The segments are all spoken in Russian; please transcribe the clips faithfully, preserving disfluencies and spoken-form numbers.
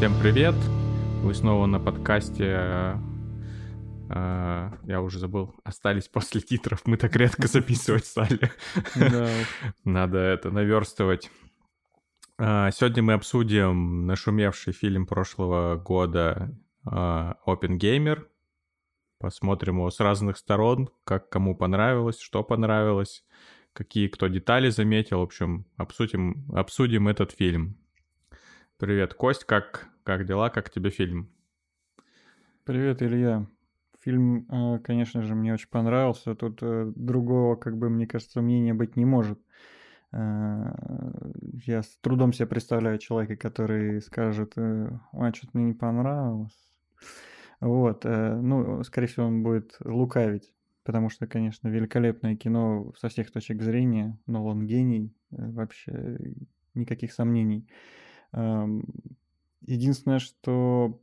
Всем привет! Вы снова на подкасте, э, э, я уже забыл, остались после титров. Мы так редко записывать стали. Да уж. Надо это наверстывать. Э, Сегодня мы обсудим нашумевший фильм прошлого года э, «Оппенгеймер». Посмотрим его с разных сторон, как кому понравилось, что понравилось, какие кто детали заметил. В общем, обсудим, обсудим этот фильм. Привет, Кость, как, как дела, как тебе фильм? Привет, Илья. Фильм, э, конечно же, мне очень понравился. Тут э, другого, как бы, мне кажется, мнения быть не может. Э, Я с трудом себе представляю человека, который скажет, э, а что-то мне не понравилось. Вот, э, ну, скорее всего, он будет лукавить, потому что, конечно, великолепное кино со всех точек зрения. Нолан гений, э, вообще никаких сомнений. Эм, Единственное, что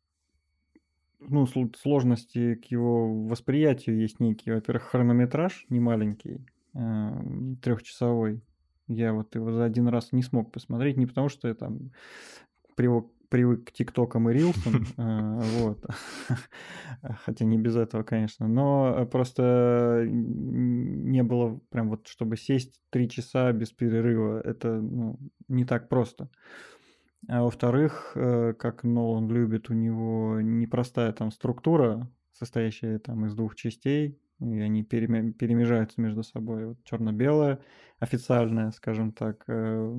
ну, сл- сложности к его восприятию есть некие. Во-первых, хронометраж немаленький, эм, трехчасовой. Я вот его за один раз не смог посмотреть, не потому что я там привык, привык к тиктокам и рилсам, э, вот, хотя не без этого, конечно, но э, просто н- не было прям вот, чтобы сесть три часа без перерыва, это ну, не так просто. А во-вторых, э, как Нолан любит, у него непростая там структура, состоящая там из двух частей, и они переме- перемежаются между собой. Вот черно-белая, официальная, скажем так, э,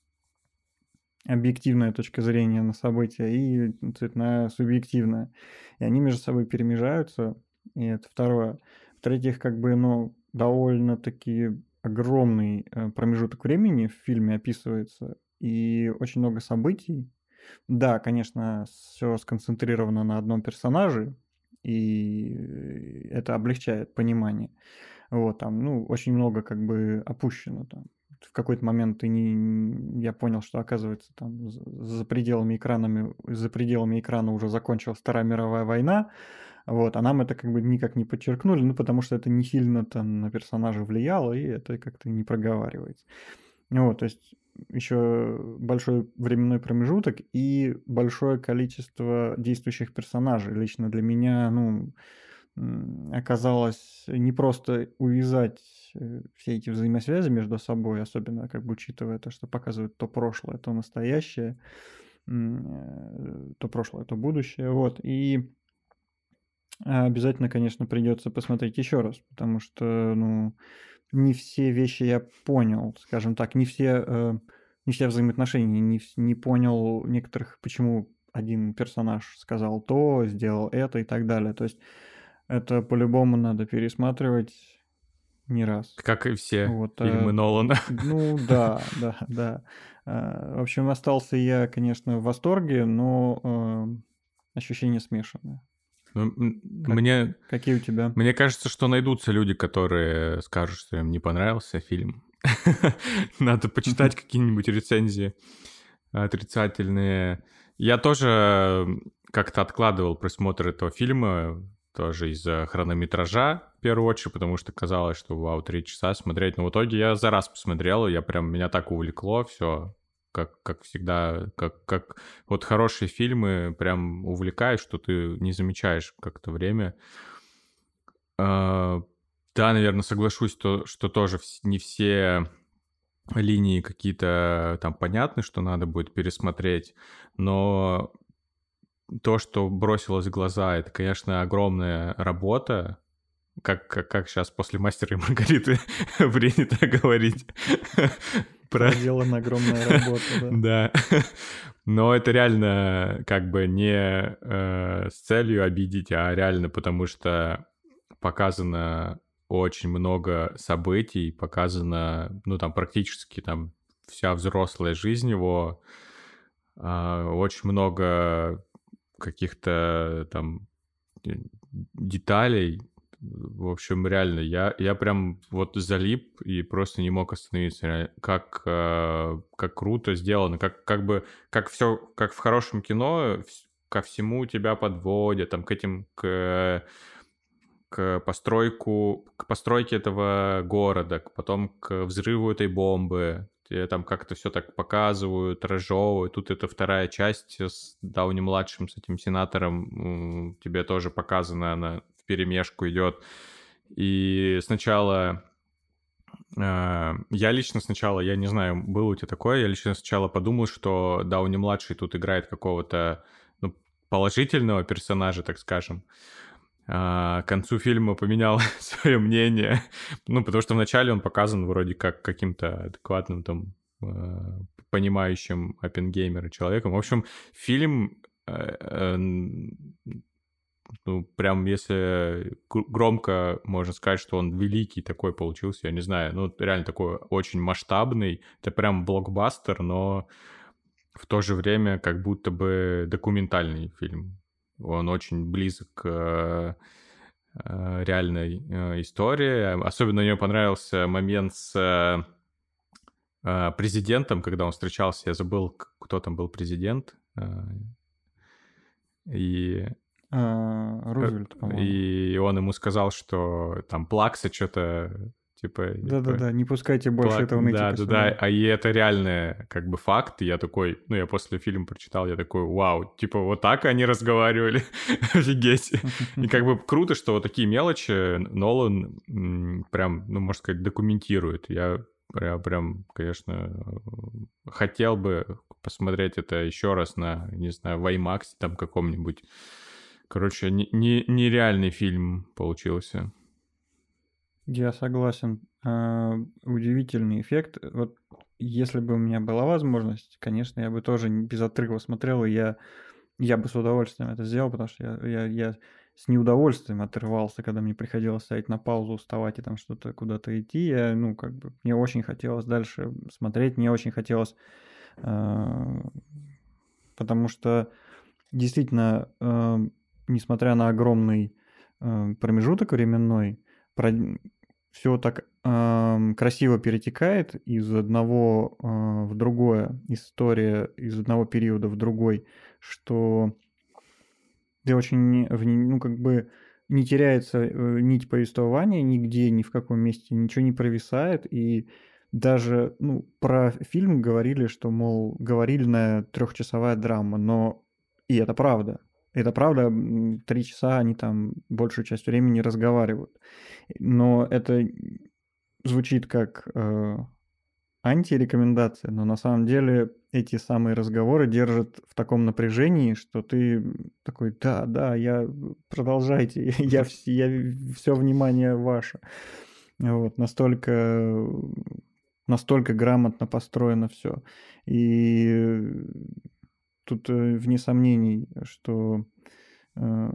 объективная точка зрения на события и цветная, субъективная. И они между собой перемежаются, и это второе. В-третьих, как бы, ну, довольно-таки огромный э, промежуток времени в фильме описывается, и очень много событий. Да, конечно, все сконцентрировано на одном персонаже, и э, это облегчает понимание. Вот, там, ну, очень много как бы опущено там. В какой-то момент ты не... я понял, что, оказывается, там за за пределами экранами, за пределами экрана уже закончилась Вторая мировая война, вот, а нам это как бы никак не подчеркнули, ну, потому что это не сильно-то на персонажа влияло, и это как-то не проговаривается. Вот, то есть еще большой временной промежуток и большое количество действующих персонажей. Лично для меня, ну, м, оказалось не просто увязать э, все эти взаимосвязи между собой, особенно как бы учитывая то, что показывает то прошлое, то настоящее, м, э, то прошлое, то будущее. Вот. И а, обязательно, конечно, придется посмотреть еще раз, потому что, ну, не все вещи я понял, скажем так, не все, э, не все взаимоотношения, не, вс- не понял некоторых, почему один персонаж сказал то, сделал это и так далее. То есть это по-любому надо пересматривать не раз. Как и все Вот, фильмы а, Нолана. ну да, да, да. А, В общем, остался я, конечно, в восторге, но э, ощущения смешанные. Ну, м, Как, Мне, какие у тебя? мне кажется, что найдутся люди, которые скажут, что им не понравился фильм. Надо почитать какие-нибудь рецензии отрицательные. Я тоже м, как-то откладывал просмотр этого фильма, тоже из-за хронометража, в первую очередь, потому что казалось, что вау, три часа смотреть. Но в итоге я за раз посмотрел, и я прям, меня так увлекло все, как, как всегда, как, как вот хорошие фильмы прям увлекают, что ты не замечаешь как-то время. А, Да, наверное, соглашусь, то, что тоже вс- не все линии какие-то там понятны, что надо будет пересмотреть, но то, что бросилось в глаза, это, конечно, огромная работа, как, как, как сейчас после «Мастера и Маргариты» принято говорить. Про... Проделана огромная работа, да. Да. Но это реально как бы не э, с целью обидеть, а реально потому что показано очень много событий, показано, ну, там, практически там вся взрослая жизнь его, а, очень много каких-то там э, деталей. В общем, реально, я, я прям вот залип и просто не мог остановиться. Ре- Как, э, как круто сделано, как, как бы, как все, как в хорошем кино, вс- ко всему тебя подводят, там, к этим, к, к постройку, к постройке этого города, к- потом к взрыву этой бомбы. тебе там как-то все так показывают, разжевывают. Тут это вторая часть с Дауни-младшим, с этим сенатором, м, тебе тоже показано, она вперемешку идет. И сначала... э, Я лично сначала, я не знаю, было у тебя такое, я лично сначала подумал, что Дауни-младший тут играет какого-то, ну, положительного персонажа, так скажем. А, к концу фильма поменял свое мнение. Ну, потому что вначале он показан вроде как каким-то адекватным там э, понимающим Оппенгеймера человеком. В общем, фильм, э, э, ну, прям если гр- громко можно сказать, что он великий такой получился, я не знаю, ну, реально такой очень масштабный. Это прям блокбастер, но в то же время как будто бы документальный фильм. Он очень близок к э, э, реальной э, истории. Особенно мне понравился момент с э, э, президентом, когда он встречался. Я забыл, к- кто там был президент. Э, И, А, э, Рузвельт, по-моему. и он ему сказал, что там плакса что-то, типа, типа, Да-да-да, не пускайте больше Плак... этого Да, нытика да, да. сюда. А и это реальный как бы факт. И я такой, ну, я после фильма прочитал, я такой, вау, типа вот так они разговаривали, офигеть. И как бы круто, что вот такие мелочи Нолан м, прям, ну, можно сказать, документирует. Я прям, прям, конечно, хотел бы посмотреть это еще раз на, не знаю, в IMAX там каком-нибудь. Короче, не- не- нереальный фильм получился. Я согласен. А, Удивительный эффект. Вот если бы у меня была возможность, конечно, я бы тоже не- без отрыва смотрел, и я, я бы с удовольствием это сделал, потому что я, я, я с неудовольствием отрывался, когда мне приходилось ставить на паузу, вставать и там что-то куда-то идти. Я, ну, как бы, мне очень хотелось дальше смотреть, мне очень хотелось, а, потому что действительно, э, несмотря на огромный э, промежуток временной, все так ам, красиво перетекает из одного э, в другое, история из одного периода в другой, что ты очень, в не- ну, как бы не теряется э, нить повествования нигде, ни в каком месте, ничего не провисает, и даже, ну, про фильм говорили, что, мол, говорильная трехчасовая драма, но и это правда. Это правда, м, три часа они там большую часть времени разговаривают. Но это звучит как э, антирекомендация, но на самом деле эти самые разговоры держат в таком напряжении, что ты такой, да, да, я продолжайте, я, вс- я все внимание ваше. Вот, настолько, настолько грамотно построено все. И тут э, вне сомнений, что э,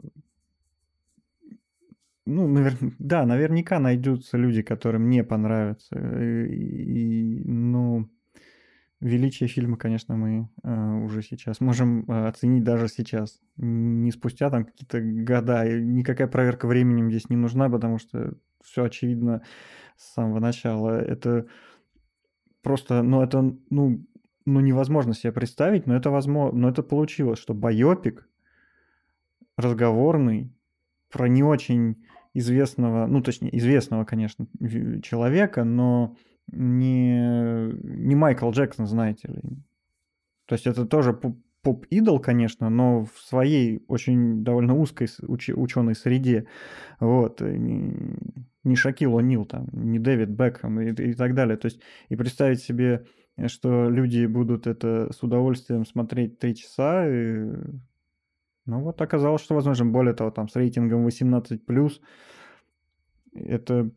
ну, навер... да, наверняка найдутся люди, которым не понравится. э, И, ну, величие фильма, конечно, мы э, уже сейчас можем э, оценить даже сейчас. Не спустя там какие-то года. И никакая проверка временем здесь не нужна, потому что все очевидно с самого начала. Это просто, ну, это, ну, ну, невозможно себе представить, но это возможно, но это получилось, что байопик разговорный про не очень известного, ну, точнее, известного, конечно, ви- человека, но не, не Майкл Джексон, знаете ли. То есть это тоже поп- поп-идол, конечно, но в своей очень довольно узкой ученой среде. Вот. и Не, не Шакил О'Нил, там, не Дэвид Бекхэм и, и так далее. То есть и представить себе, э, что люди будут это с удовольствием смотреть три часа, и, ну вот оказалось, что возможно. Более того, там с рейтингом восемнадцать плюс, это,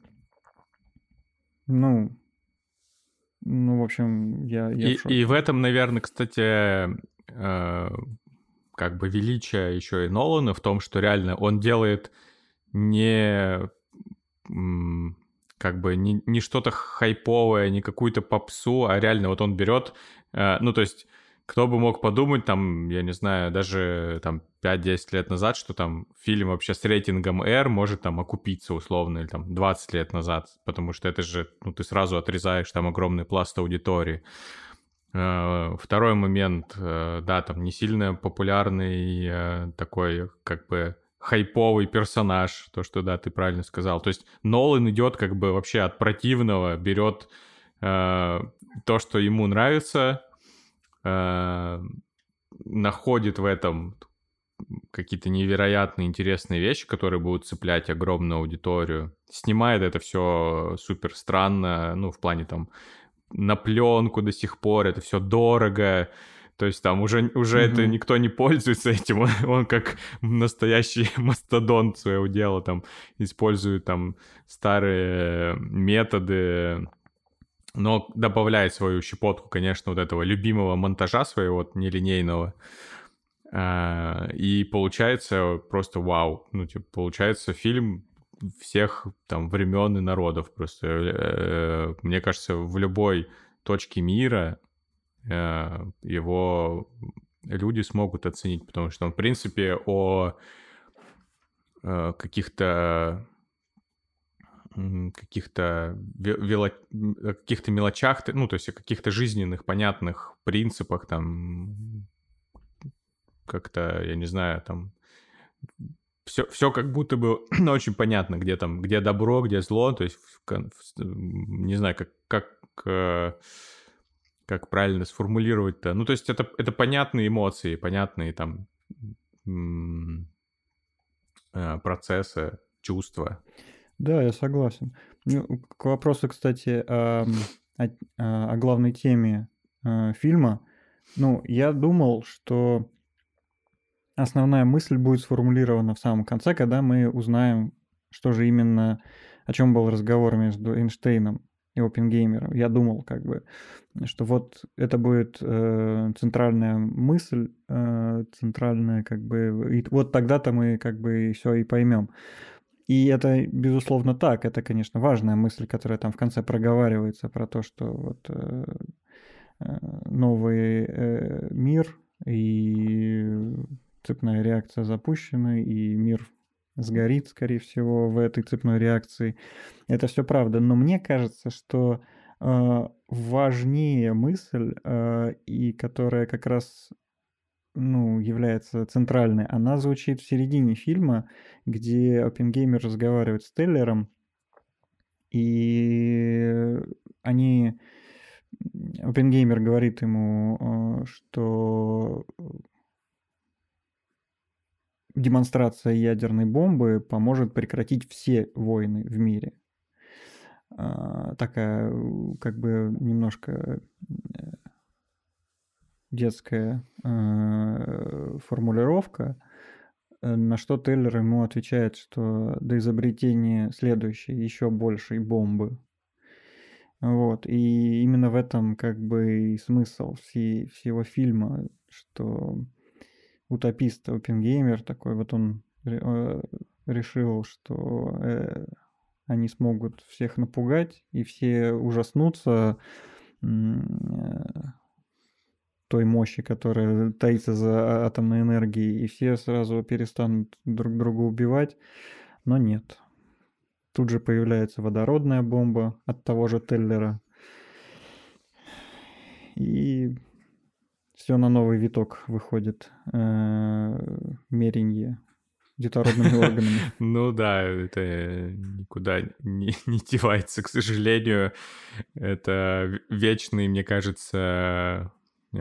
ну, ну, в общем, я, я И, в и в шоке. этом, наверное, кстати, э, как бы величие еще и Нолана в том, что реально он делает не м, как бы не, не что-то хайповое, не какую-то попсу, а реально вот он берет, э, ну то есть кто бы мог подумать там, я не знаю, даже там пять-десять лет назад, что там фильм вообще с рейтингом R может там окупиться условно, или там двадцать лет назад, потому что это же, ну ты сразу отрезаешь там огромный пласт аудитории. Э, Второй момент, э, да, там не сильно популярный э, такой, как бы хайповый персонаж, то, что, да, ты правильно сказал. То есть Нолан идет как бы вообще от противного, берет э, то, что ему нравится, э, находит в этом какие-то невероятно интересные вещи, которые будут цеплять огромную аудиторию. Снимает это все супер странно, ну, в плане там на пленку до сих пор, это все дорого. То есть там уже, уже mm-hmm. это никто не пользуется этим. Он, он как настоящий мастодонт своего дела там использует там старые методы, но добавляет свою щепотку, конечно, вот этого любимого монтажа своего вот, нелинейного. И получается просто вау. Ну, типа, получается фильм всех там времен и народов. Просто, мне кажется, в любой точке мира его люди смогут оценить, потому что он, в принципе, о каких-то каких-то вело... каких-то мелочах, ну, то есть о каких-то жизненных, понятных принципах, там, как-то, я не знаю, там, все, все как будто бы ну, очень понятно, где там, где добро, где зло, то есть, не знаю, как, как, как правильно сформулировать-то. Ну, то есть это, это понятные эмоции, понятные там процессы, чувства. Да, я согласен. К вопросу, кстати, о, о, о главной теме фильма. Ну, я думал, что основная мысль будет сформулирована в самом конце, когда мы узнаем, что же именно, о чем был разговор между Эйнштейном и Оппенгеймером. Я думал, как бы, что вот это будет э, центральная мысль, э, центральная, как бы, и вот тогда-то мы, как бы, все и поймем. И это, безусловно, так. Это, конечно, важная мысль, которая там в конце проговаривается про то, что вот э, э, новый э, мир и цепная реакция запущена, и мир сгорит, скорее всего, в этой цепной реакции. Это все правда. Но мне кажется, что э, важнее мысль, э, и которая как раз ну, является центральной, она звучит в середине фильма, где Оппенгеймер разговаривает с Теллером, и они... Оппенгеймер говорит ему, что демонстрация ядерной бомбы поможет прекратить все войны в мире. Такая, как бы, немножко детская э, формулировка, на что Теллер ему отвечает, что до изобретения следующей, еще большей бомбы. Вот. И именно в этом как бы и смысл всей, всего фильма, что утопист Оппенгеймер такой, вот он э, решил, что э, они смогут всех напугать, и все ужаснутся э, той мощи, которая таится за атомной энергией, и все сразу перестанут друг друга убивать, но нет. Тут же появляется водородная бомба от того же Теллера, и все на новый виток выходит меренье детородными органами. Ну да, это никуда не, не девается, к сожалению. Это вечный, мне кажется,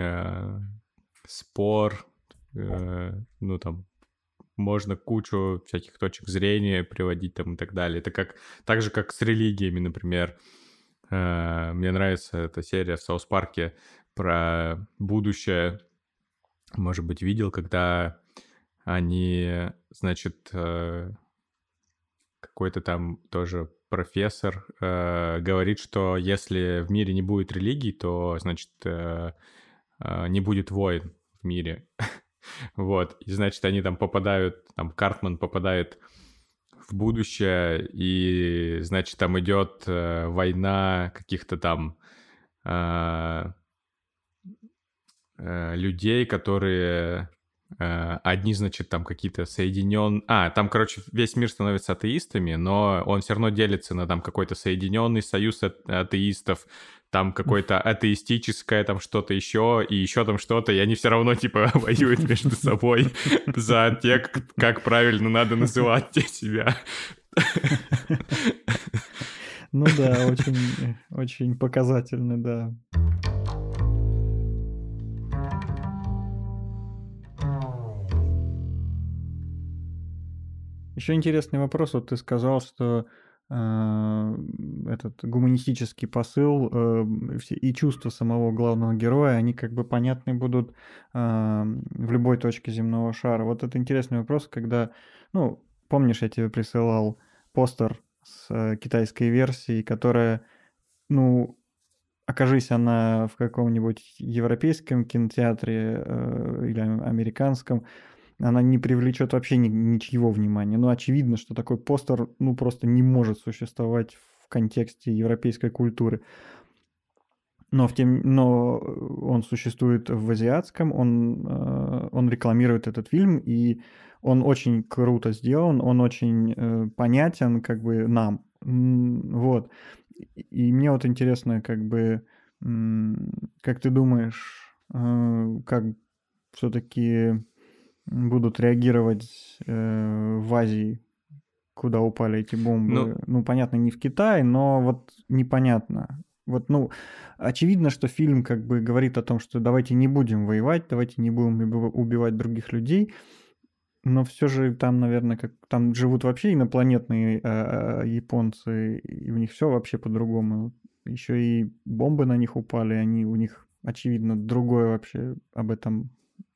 спор, ну там можно кучу всяких точек зрения приводить там и так далее. Это как так же, как с религиями, например. Мне нравится эта серия в Саус Парке про будущее. Может быть, видел, когда они, значит, какой-то там тоже профессор говорит, что если в мире не будет религий, то, значит, не будет войн в мире. Вот, и, значит, они там попадают, там Картман попадает в будущее, и, значит, там идет э, война каких-то там э, э, людей, которые... Э, одни, значит, там какие-то соединен... А, там, короче, весь мир становится атеистами, но он все равно делится на там какой-то соединенный союз а- атеистов, там какое-то атеистическое, там что-то еще, и еще там что-то, и они все равно, типа, воюют между собой за те, как правильно надо называть себя. Ну да, очень, э, очень показательно, да. Еще интересный вопрос. Вот ты сказал, что, а, этот гуманистический посыл, эм, все и чувства самого главного героя, они как бы понятны будут, ам, в любой точке земного шара. Вот это интересный вопрос, когда, ну, помнишь, я тебе присылал постер с, э, китайской версией, которая, ну, окажись она в каком-нибудь европейском кинотеатре, э, или а американском, она не привлечет вообще ни ничьего внимания. Ну, очевидно, что такой постер, ну, просто не может существовать в контексте европейской культуры. Но в тем но он существует в азиатском, он, э, он рекламирует этот фильм, и он очень круто сделан, он очень, э, понятен как бы нам. М, вот. И и мне вот интересно, как бы, м, как ты думаешь, э, как все-таки будут реагировать, э, в Азии, куда упали эти Ну, бомбы? Ну, понятно, не в Китае, но вот непонятно. Вот, ну, очевидно, что фильм как бы говорит о том, что давайте не будем воевать, давайте не будем убив- убивать других людей, но все же там, наверное, как там живут вообще инопланетные а, а, японцы, и у них все вообще по-другому. Еще и бомбы на них упали, они у них очевидно другое вообще об этом.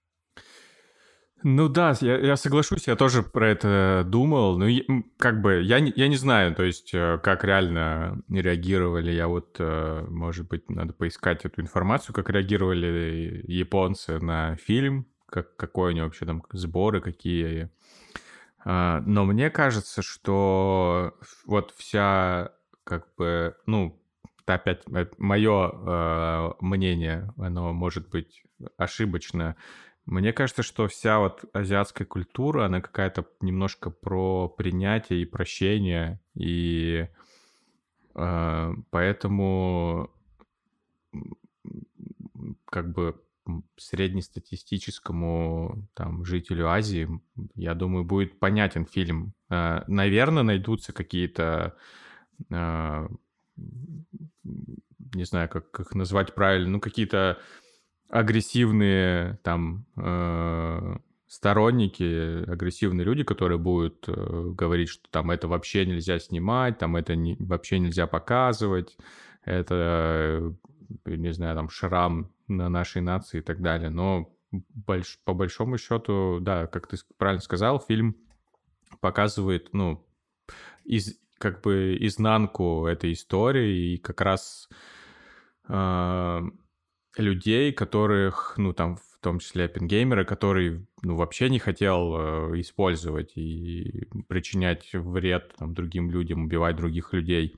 ну да, я, я соглашусь, я тоже про это думал. Ну, и, м, как бы, я не, я не знаю, то есть, э, как реально реагировали. Я вот, э, может быть, надо поискать эту информацию, как реагировали японцы на фильм, как, какой у него вообще там сборы, какие. А, Но мне кажется, что вот вся, как бы, ну, это опять мое мнение, оно может быть ошибочно. Мне кажется, что вся вот азиатская культура, она какая-то немножко про принятие и прощение, и э, поэтому м, как бы м, среднестатистическому там жителю Азии, м, я думаю, будет понятен фильм. Наверное, найдутся какие-то, а, м, не знаю, как как их назвать правильно, ну, какие-то агрессивные там э, сторонники, агрессивные люди, которые будут э, говорить, что там это вообще нельзя снимать, там это не, вообще нельзя показывать, это, э, не знаю, там шрам на нашей нации и так далее. Но больш- по большому счету, да, как ты с- правильно сказал, фильм показывает, ну, из, как бы изнанку этой истории и как раз а, людей, которых, ну, там, в том числе Оппенгеймера, который, ну, вообще не хотел э, использовать и причинять вред там другим людям, убивать других людей.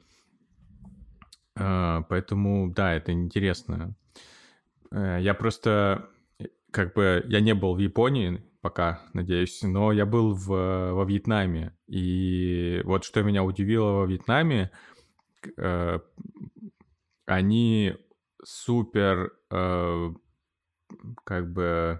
А, поэтому, да, это интересно. Э, Я просто, э, как бы, я не был в Японии пока, надеюсь, но я был в, во Вьетнаме. И вот что меня удивило во Вьетнаме, к- э, они супер, э, как бы,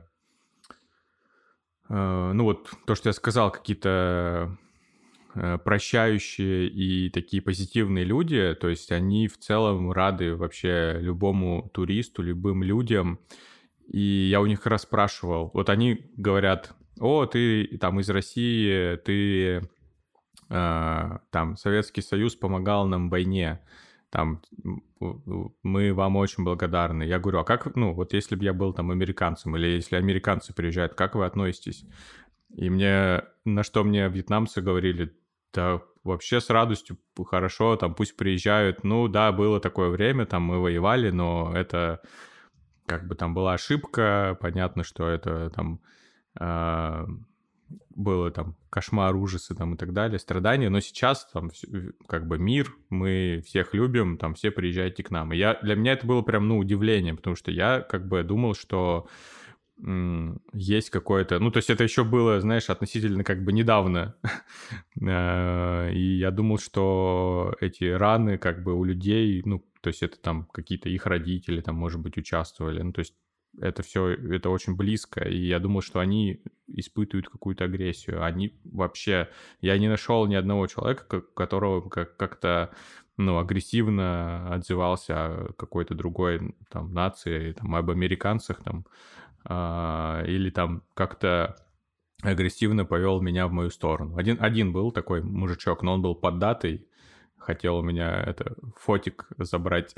э, ну вот то, что я сказал, какие-то э, прощающие и такие позитивные люди, то есть они в целом рады вообще любому туристу, любым людям. И я у них раз спрашивал, вот они говорят: о, ты там из России, ты э, там Советский Союз помогал нам в войне, там м, у- у- мы вам очень благодарны. Я говорю, а как, ну, вот если бы я был там американцем, или если американцы приезжают, как вы относитесь? И мне, на что мне вьетнамцы говорили, да вообще с радостью, п- хорошо, там пусть приезжают. Ну да, было такое время, там мы воевали, но это как бы там была ошибка, понятно, что это там а, было там кошмар, ужасы там и так далее, страдания, но сейчас там всё- как бы мир, мы всех любим, там все приезжайте к нам. И я, для меня это было прям, ну, удивление, потому что я как бы думал, что м, есть какое-то... Ну, то есть это еще было, знаешь, относительно как бы недавно. Э, И я думал, что эти раны как бы у людей, ну, то есть это там какие-то их родители там, может быть, участвовали. Ну, то есть это все, это очень близко. И я думал, что они испытывают какую-то агрессию. Они вообще... Я не нашел ни одного человека, ко- которого как- как-то ну, агрессивно отзывался о какой-то другой там нации, там, об американцах, там, а, или там как-то агрессивно повел меня в мою сторону. Один, один был такой мужичок, но он был поддатый, хотел у меня это фотик забрать.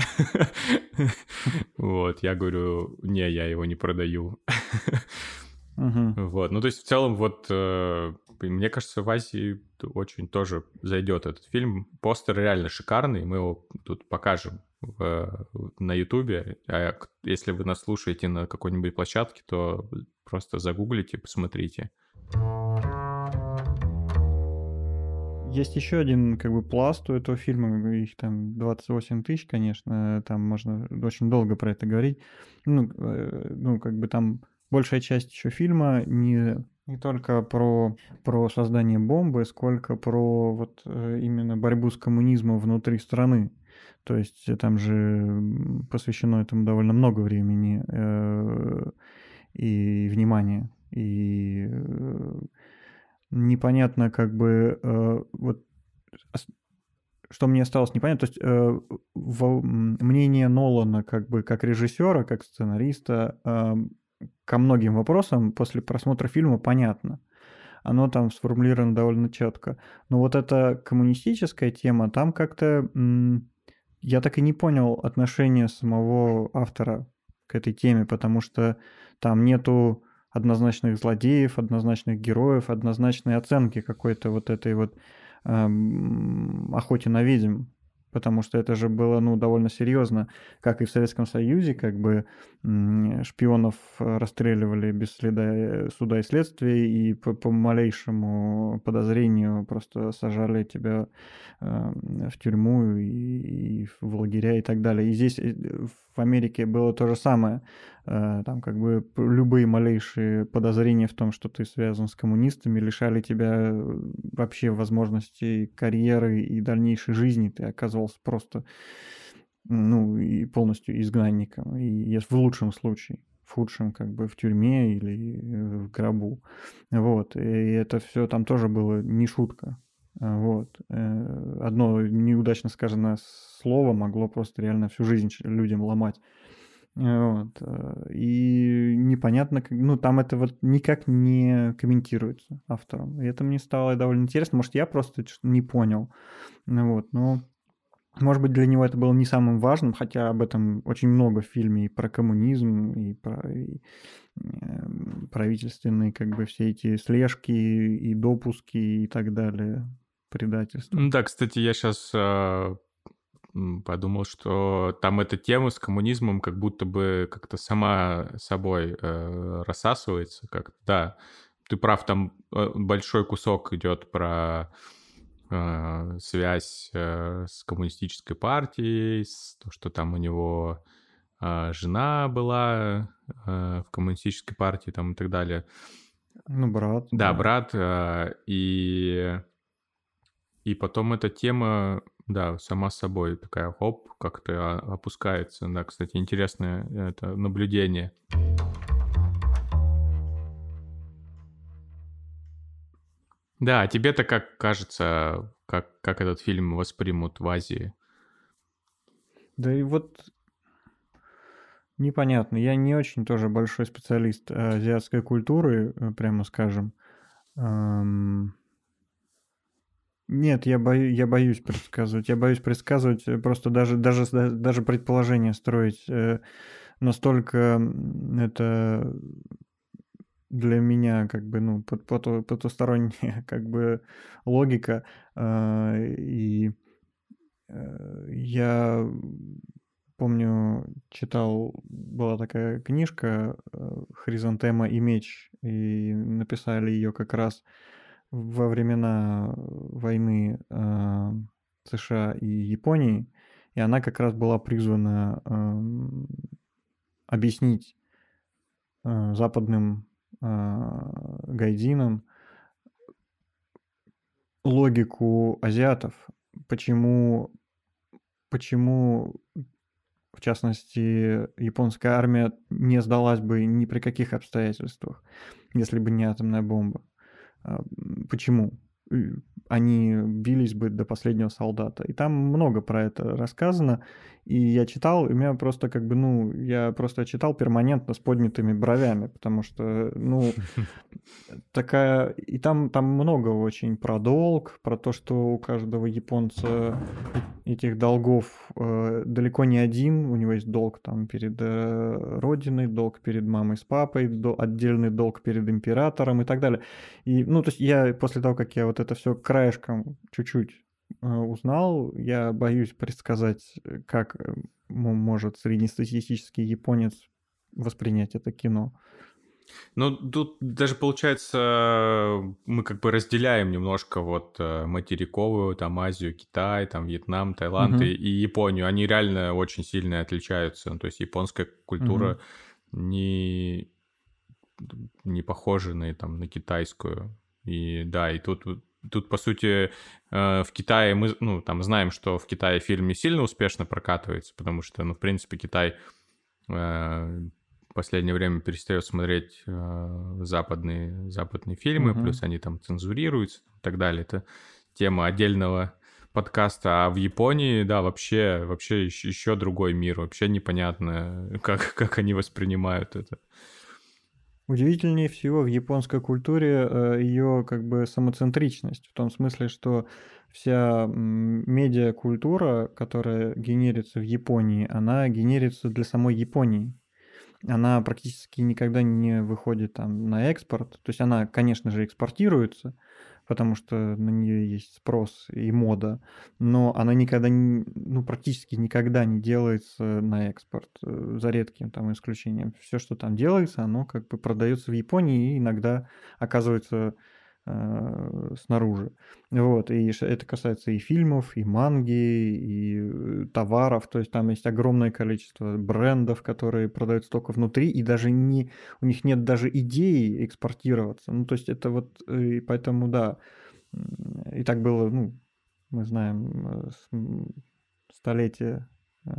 Вот, я говорю, не, я его не продаю. Мгм. Вот, ну то есть в целом вот, э, мне кажется, в Азии очень тоже зайдет этот фильм. Постер реально шикарный, мы его тут покажем в, на Ютубе. А к- если вы нас слушаете на какой-нибудь площадке, то просто загуглите, посмотрите. Есть еще один как бы пласт у этого фильма, их там двадцать восемь тысяч, конечно, там можно очень долго про это говорить. Ну, э, ну как бы там большая часть еще фильма не, не только про, про создание бомбы, сколько про вот э, именно борьбу с коммунизмом внутри страны. То есть э, там же м, посвящено этому довольно много времени э, и внимания. И э, непонятно как бы э, вот ос- что мне осталось непонятно, то есть э, во- м, мнение Нолана как бы как режиссера, как сценариста э, ко многим вопросам после просмотра фильма понятно. Оно там сформулировано довольно четко. Но вот эта коммунистическая тема, там как-то м, я так и не понял отношения самого автора к этой теме, потому что там нету однозначных злодеев, однозначных героев, однозначной оценки какой-то вот этой вот эм, охоте на ведьм. Потому что это же было, ну, довольно серьезно, как и в Советском Союзе, как бы м, шпионов э, расстреливали без следа э, суда и следствия, и по, по малейшему подозрению просто сажали тебя э, в тюрьму и, и в лагеря и так далее. И здесь э, в Америке было то же самое. Э, Там как бы п- любые малейшие подозрения в том, что ты связан с коммунистами, лишали тебя э, вообще возможности карьеры и дальнейшей жизни. Ты оказывался просто, ну, и полностью изгнанником. И если в лучшем случае, в худшем как бы в тюрьме или э, в гробу. Вот. И это все там тоже было не шутка. А, Вот. Э, Одно неудачно сказанное слово могло просто реально всю жизнь ч- людям ломать. Э, Вот. э, И непонятно, как- ну, там это вот никак не комментируется автором. И это мне стало довольно интересно. Может, я просто что-то не понял. Ну Вот. Но, может быть, для него это было не самым важным, хотя об этом очень много в фильме и про коммунизм, и про и, эм, правительственные, как бы, все эти слежки и допуски и так далее, предательства. Ну да, кстати, я сейчас подумал, что там эта тема с коммунизмом как будто бы как-то сама собой э, рассасывается. Как да, ты прав, там э, большой кусок идет про э, связь э, с коммунистической партией, с то, что там у него э, жена была э, в коммунистической партии там и так далее. Ну, брат, Да, да. брат, э, и и потом эта тема, да, сама собой такая, хоп, как-то а, опускается. Да, кстати, интересное это наблюдение. Да, а тебе-то как кажется, как, как этот фильм воспримут в Азии? Да и вот непонятно. Я не очень тоже большой специалист э, азиатской культуры, э, прямо скажем. Ам, Нет, я бою, я боюсь предсказывать. Я боюсь предсказывать, э, просто даже, даже, с- да- даже предположение строить. э, Настолько м, это для меня как бы, ну, пот- пото- потусторонняя как бы логика. а, И э, я помню, читал, была такая книжка э, «Хризантема и меч», и написали ее как раз во времена войны э, США и Японии, и она как раз была призвана эм, объяснить э, западным э, гайдинам логику азиатов, почему, почему в частности, японская армия не сдалась бы ни при каких обстоятельствах, если бы не атомная бомба. А, Почему? э, они бились бы до последнего солдата. И там много про это рассказано. И я читал, и у меня просто как бы, ну, я просто читал перманентно с поднятыми бровями, потому что, ну, такая... И там, там много очень про долг, про то, что у каждого японца этих долгов э, далеко не один. У него есть долг там перед э, родиной, долг перед мамой с папой, до, отдельный долг перед императором и так далее. И, ну, то есть я после того, как я вот это все краешком чуть-чуть э, узнал, я боюсь предсказать, э, как э, м- может среднестатистический японец воспринять это кино. Ну, тут даже получается, мы как бы разделяем немножко вот э, материковую, там, Азию, Китай, там, Вьетнам, Таиланд и, Мгм. и Японию. Они реально очень сильно отличаются. Ну, то есть японская Мгм. культура не, не похожа на, там, на китайскую. И да, и тут, вот- тут по сути, э, в Китае мы, ну, там, знаем, что в Китае фильм не сильно успешно прокатывается, потому что, ну, в принципе, Китай э, в последнее время перестает смотреть э, западные, западные фильмы, Мгм. плюс они там цензурируются и так далее. Это тема отдельного подкаста. А в Японии, да, вообще, вообще еще, еще другой мир. Вообще непонятно, как, как они воспринимают это. Удивительнее всего в японской культуре э, ее как бы самоцентричность, в том смысле, что вся м, медиакультура, которая генерится в Японии, она генерится для самой Японии. Она практически никогда не выходит там на экспорт. То есть она, конечно же, экспортируется, потому что на нее есть спрос и мода, но она никогда, не- ну, практически никогда не делается на экспорт, э, за редким там исключением. Все, что там делается, оно как бы продается в Японии и иногда оказывается э, снаружи. Вот, и ш- это касается и фильмов, и манги, и э, товаров, то есть там есть огромное количество брендов, которые продаются только внутри, и даже не, у них нет даже идеи экспортироваться. Ну, то есть это вот, э, и поэтому, да, м, и так было, ну, мы знаем, э, с- м, столетия э,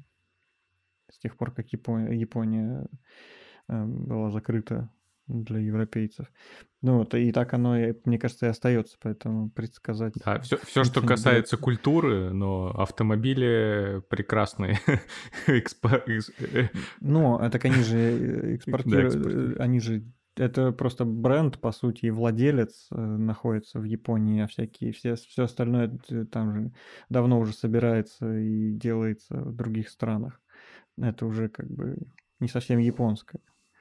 с тех пор, как Япо- Япония э, была закрыта для европейцев. Ну вот, и так оно, и, мне кажется, и остается, поэтому предсказать Да, все, все, что ничего не дает. касается культуры, но автомобили прекрасные экспо- экс- э, Ну, а так они же э, да, экспортируют. экспортируют, они же, это просто бренд, по сути, и владелец э, находится в Японии, а всякие, все, все остальное это там же давно уже собирается и делается в других странах. Это уже как бы не совсем японское.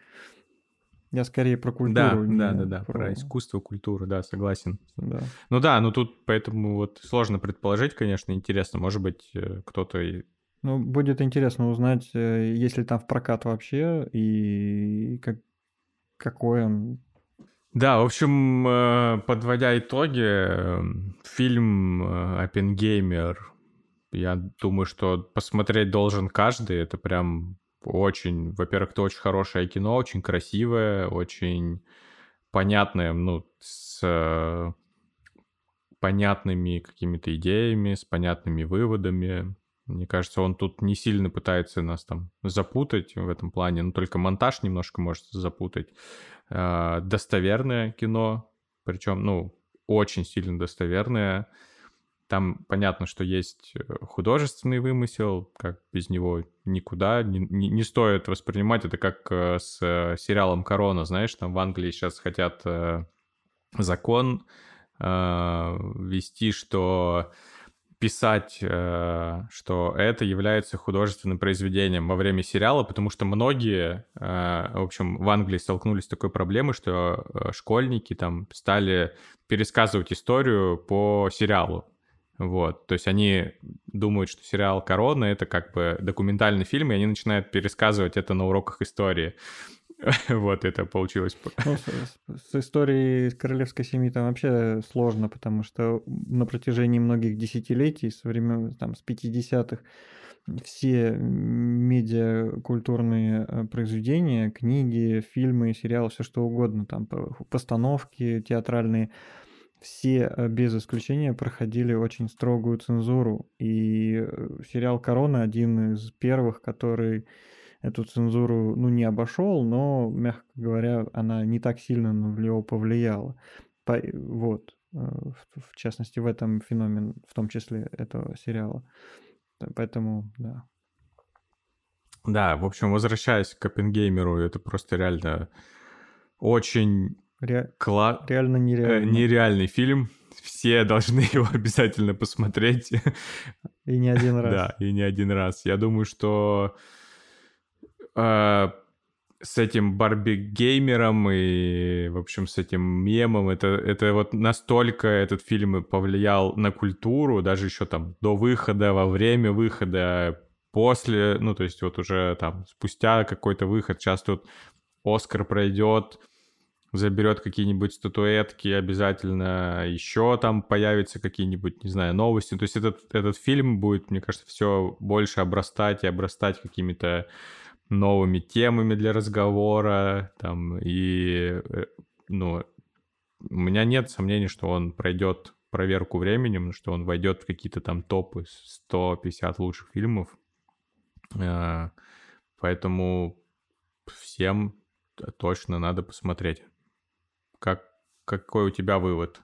Я скорее про Да, культуру, да, да, не да, про про... искусство, культуру, да, согласен. Да. Ну да, ну тут поэтому вот сложно предположить, конечно, интересно. Может быть, э, кто-то и... Ну, будет интересно узнать, э, есть ли там в прокат вообще, и как, какой он. Да, в общем, э, подводя итоги, э, фильм э, «Оппенгеймер», я думаю, что посмотреть должен каждый. Это прям очень... Во-первых, это очень хорошее кино, очень красивое, очень понятное, ну, с э, понятными какими-то идеями, с понятными выводами. Мне кажется, он тут не сильно пытается нас там запутать в этом плане, но только монтаж немножко может запутать. А, Достоверное кино, причем, ну, очень сильно достоверное. Там понятно, что есть э, художественный вымысел, как без него никуда. Не, не- не стоит воспринимать это как э, с э, сериалом «Корона». Знаешь, там в Англии сейчас хотят э, закон э, ввести, что писать, э, что это является художественным произведением во время сериала, потому что многие, э, в общем, в Англии столкнулись с такой проблемой, что э, школьники там стали пересказывать историю по сериалу. Вот, то есть они думают, что сериал «Корона» — это как бы документальный фильм, и они начинают пересказывать это на уроках истории. Вот это получилось. Ну, с, с- с историей королевской семьи там вообще сложно, потому что на протяжении многих десятилетий, со времен там с пятидесятых, все медиакультурные э, произведения, книги, фильмы, сериалы, все что угодно, там по- постановки театральные, все э, без исключения проходили очень строгую цензуру. И э, сериал «Корона» один из первых, который эту цензуру, ну, не обошел, но, мягко говоря, она не так сильно на него повлияла. По- Вот. в, в частности, в этом феномен, в том числе этого сериала. Поэтому, да. Да, в общем, возвращаясь к Оппенгеймеру, это просто реально очень Ре... кла... реально нереально. нереальный фильм. Все должны его обязательно посмотреть. И не один раз. Да, и не один раз. Я думаю, что э, с этим Барби-геймером и, в общем, с этим мемом, это, это вот настолько этот фильм повлиял на культуру, даже еще там до выхода, во время выхода, после, ну, то есть вот уже там спустя какой-то выход, сейчас тут Оскар пройдет, заберет какие-нибудь статуэтки, обязательно еще там появятся какие-нибудь, не знаю, новости. То есть этот, этот фильм будет, мне кажется, все больше обрастать и обрастать какими-то новыми темами для разговора. Там, и, ну, у меня нет сомнений, что он пройдет проверку временем, что он войдет в какие-то там топы сто пятьдесят лучших фильмов. Поэтому всем точно надо посмотреть. Как, какой у тебя вывод?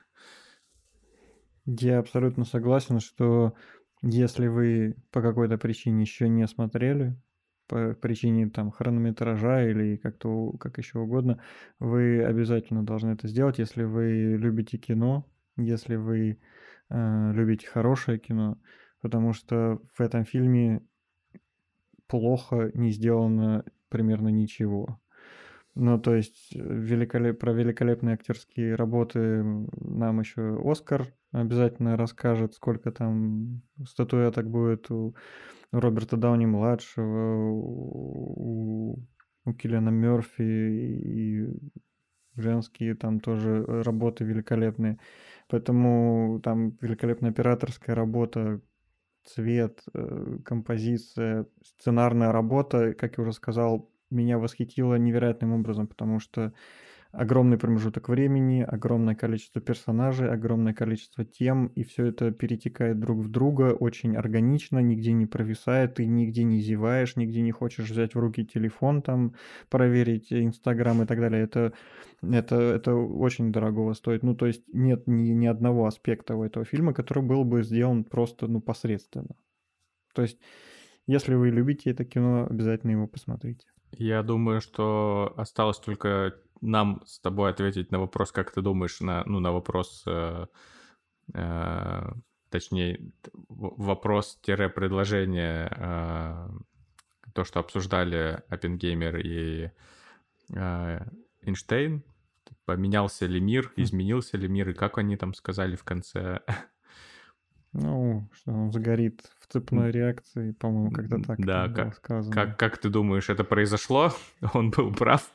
Я абсолютно согласен, что если вы по какой-то причине еще не смотрели, по причине там хронометража или как-то как еще угодно, вы обязательно должны это сделать, если вы любите кино, если вы э, любите хорошее кино, потому что в этом фильме плохо не сделано примерно ничего. Ну, то есть великолеп... про великолепные актерские работы нам еще Оскар обязательно расскажет, сколько там статуэток будет у Роберта Дауни-младшего, у, у Киллиана Мёрфи, и женские там тоже работы великолепные. Поэтому там великолепная операторская работа, цвет, композиция, сценарная работа, как я уже сказал, меня восхитило невероятным образом, потому что огромный промежуток времени, огромное количество персонажей, огромное количество тем, и все это перетекает друг в друга очень органично, нигде не провисает, ты нигде не зеваешь, нигде не хочешь взять в руки телефон, там, проверить Инстаграм и так далее. Это, это, это очень дорогого стоит. Ну, то есть нет ни, ни одного аспекта у этого фильма, который был бы сделан просто, ну, посредственно. То есть, если вы любите это кино, обязательно его посмотрите. Я думаю, что осталось только нам с тобой ответить на вопрос, как ты думаешь, на, ну, на вопрос, э, э, точнее, вопрос-предложение, э, то, что обсуждали Оппенгеймер и э, Эйнштейн. Поменялся ли мир, изменился ли мир, и как они там сказали в конце... Ну, что он загорит в цепной реакции, по-моему, как-то так да, было как, сказано. Как, как ты думаешь, это произошло? Он был прав?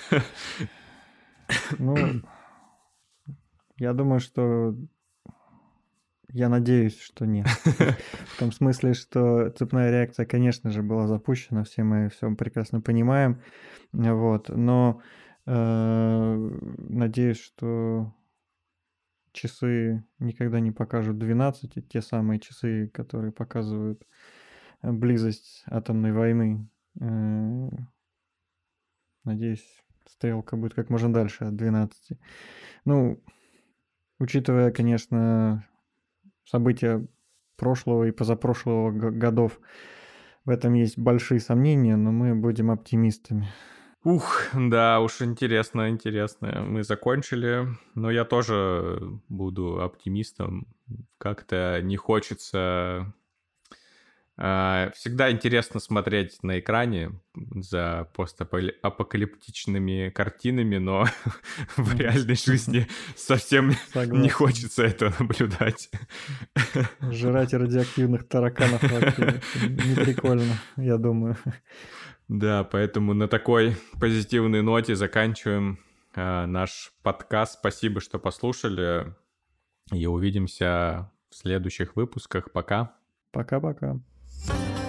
Ну, я думаю, что... Я надеюсь, что нет. В том смысле, что цепная реакция, конечно же, была запущена, все мы все прекрасно понимаем, вот, но э, надеюсь, что часы никогда не покажут двенадцать, те самые часы, которые показывают близость атомной войны. Надеюсь, стрелка будет как можно дальше от двенадцати. Ну, учитывая, конечно, события прошлого и позапрошлого годов, в этом есть большие сомнения, но мы будем оптимистами. Ух, да, уж интересно, интересно. Мы закончили, но я тоже буду оптимистом. Как-то не хочется... Всегда интересно смотреть на экране за постапокалиптичными картинами, но в реальной жизни совсем не хочется это наблюдать. Жрать радиоактивных тараканов вообще не прикольно, я думаю. Да, поэтому на такой позитивной ноте заканчиваем э, наш подкаст. Спасибо, что послушали. И увидимся в следующих выпусках. Пока. Пока-пока.